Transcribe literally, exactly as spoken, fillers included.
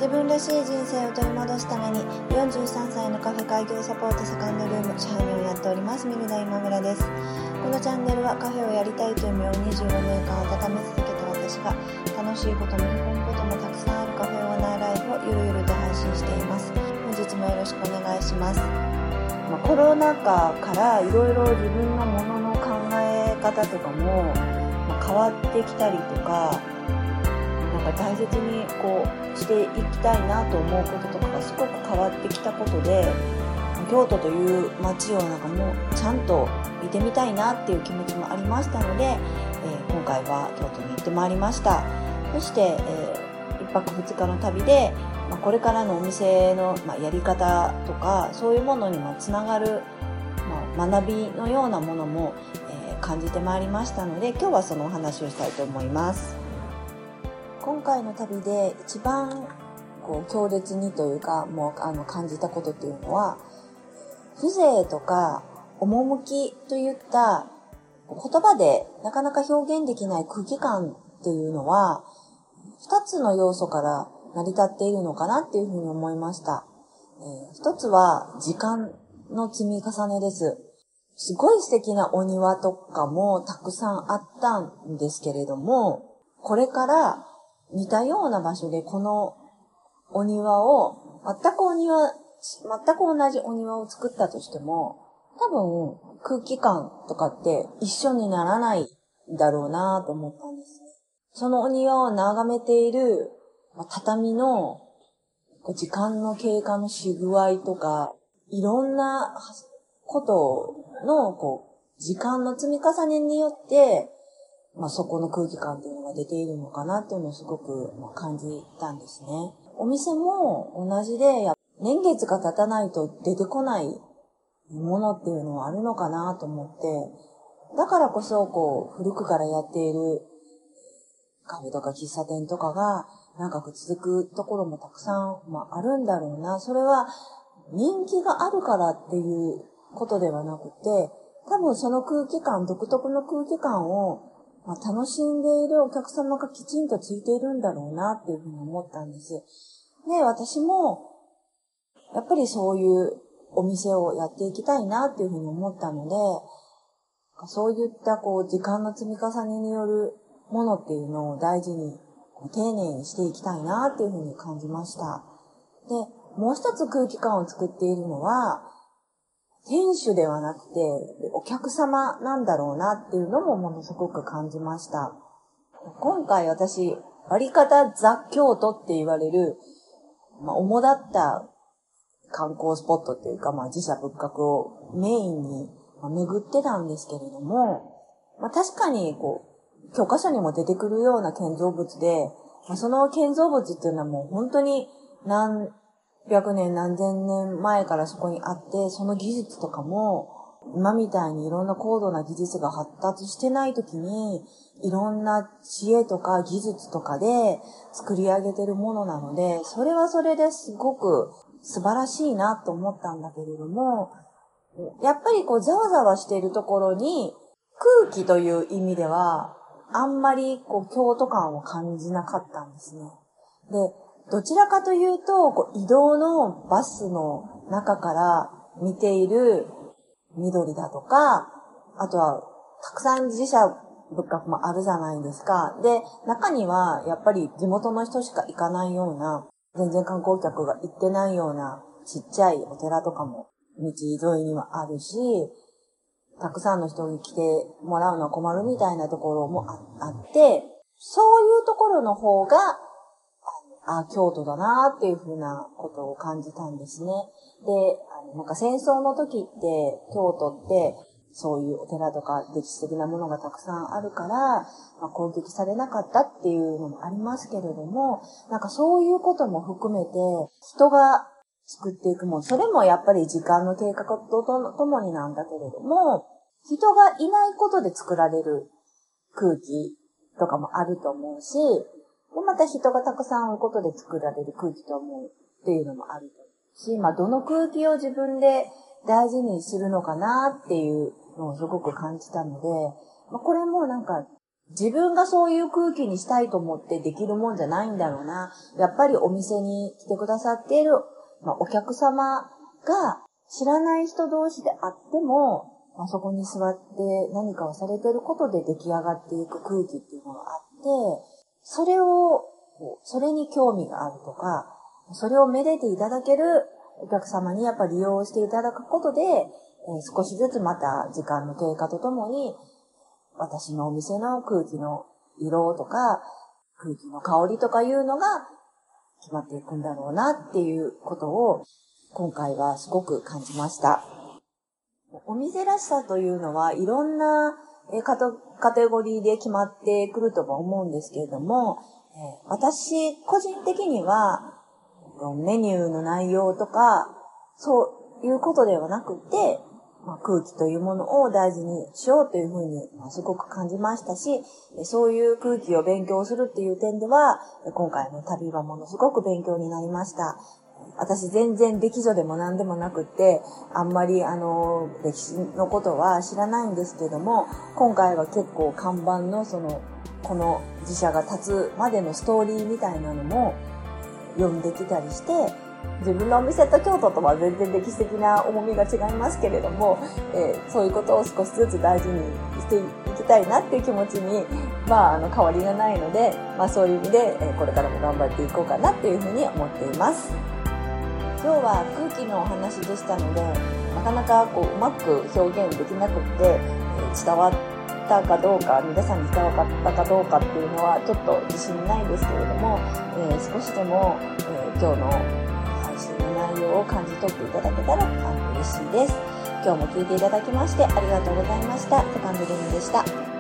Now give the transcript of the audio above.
自分らしい人生を取り戻すためによんじゅうさんさいのカフェ開業サポートセカンドルーム支配人をやっておりますミルダ今村です。このチャンネルはカフェをやりたいという夢をにじゅうごねんかん温め続けた私が楽しいこともへこむこともたくさんあるカフェオーナーライフをゆるゆると配信しています。本日もよろしくお願いします。まあ、コロナ禍からいろいろ自分のものの考え方とかも、まあ、変わってきたりとかなんか大切にこうしていきたいなと思うこととかがすごく変わってきたことで京都という街をなんかもうちゃんと見てみたいなっていう気持ちもありましたので、えー、今回は京都に行ってまいりました。そして、えー、いっぱくふつかの旅で、まあ、これからのお店の、まあ、やり方とかそういうものにもつながる、まあ、学びのようなものも、えー、感じてまいりましたので今日はそのお話をしたいと思います。今回の旅で一番こう強烈にというかもうあの感じたことっていうのは風情とか趣といった言葉でなかなか表現できない空気感っていうのは二つの要素から成り立っているのかなっていうふうに思いました。えー、一つは時間の積み重ねです。すごい素敵なお庭とかもたくさんあったんですけれども、これから似たような場所でこのお庭を、全くお庭、全く同じお庭を作ったとしても、多分空気感とかって一緒にならないだろうなと思ったんですね。そのお庭を眺めている畳の時間の経過のし具合とか、いろんなことのこう時間の積み重ねによって、まあ、そこの空気感っていうのが出ているのかなっていうのをすごく感じたんですね。お店も同じで、年月が経たないと出てこないものっていうのはあるのかなと思って、だからこそこう古くからやっているカフェとか喫茶店とかが長く続くところもたくさん、まあ、あるんだろうな。それは人気があるからっていうことではなくて、多分その空気感、独特の空気感をまあ、楽しんでいるお客様がきちんとついているんだろうなっていうふうに思ったんです。で、私もやっぱりそういうお店をやっていきたいなっていうふうに思ったので、そういったこう時間の積み重ねによるものっていうのを大事に丁寧にしていきたいなっていうふうに感じました。で、もう一つ空気感を作っているのは店主ではなくてお客様なんだろうなっていうのもものすごく感じました。今回私、割方ザ・京都って言われる、まあ、主だった観光スポットっていうか、まあ、自社仏閣をメインに巡ってたんですけれども、まあ、確かにこう、教科書にも出てくるような建造物で、まあ、その建造物っていうのはもう本当に何百年何千年前からそこにあって、その技術とかも今みたいにいろんな高度な技術が発達してない時にいろんな知恵とか技術とかで作り上げてるものなので、それはそれですごく素晴らしいなと思ったんだけれども、やっぱりこうざわざわしているところに空気という意味ではあんまりこう京都感を感じなかったんですね。で、どちらかというと、こう移動のバスの中から見ている緑だとか、あとはたくさん自社仏閣もあるじゃないですか。で、中にはやっぱり地元の人しか行かないような、全然観光客が行ってないようなちっちゃいお寺とかも道沿いにはあるし、たくさんの人に来てもらうのは困るみたいなところも あ, あって、そういうところの方があ、京都だなっていうふうなことを感じたんですね。で、あのなんか戦争の時って京都ってそういうお寺とか歴史的なものがたくさんあるから、まあ、攻撃されなかったっていうのもありますけれども、なんかそういうことも含めて人が作っていくもの、それもやっぱり時間の経過とともになんだけれども、人がいないことで作られる空気とかもあると思うし、で、また人がたくさんいることで作られる空気と思うっていうのもあるし、まあ、どの空気を自分で大事にするのかなっていうのをすごく感じたので、まあ、これもなんか自分がそういう空気にしたいと思ってできるもんじゃないんだろうな。やっぱりお店に来てくださっている、まあ、お客様が知らない人同士であっても、まあ、そこに座って何かをされていることで出来上がっていく空気っていうのがあって、それを、それに興味があるとか、それをめでていただけるお客様にやっぱり利用していただくことで、えー、少しずつまた時間の経過とともに、私のお店の空気の色とか、空気の香りとかいうのが決まっていくんだろうなっていうことを今回はすごく感じました。お店らしさというのはいろんなカテゴリーで決まってくるとは思うんですけれども、私個人的にはメニューの内容とかそういうことではなくて、まあ、空気というものを大事にしようというふうに、まあ、すごく感じましたし、そういう空気を勉強するっていう点では、今回の旅はものすごく勉強になりました。私全然歴女でも何でもなくって、あんまりあの、歴史のことは知らないんですけども、今回は結構看板のその、この自社が立つまでのストーリーみたいなのも読んできたりして、自分のお店と京都とは全然歴史的な重みが違いますけれども、えー、そういうことを少しずつ大事にしていきたいなっていう気持ちに、まあ、あの変わりがないので、まあ、そういう意味で、えー、これからも頑張っていこうかなっていうふうに思っています。今日は空気のお話でしたので、なかなかこううまく表現できなくって、えー、伝わったかどうか、皆さんに伝わったかどうかっていうのはちょっと自信ないですけれども、えー、少しでも、えー、今日の配信の内容を感じ取っていただけたら嬉しいです。今日も聞いていただきましてありがとうございました。セカンドルームでした。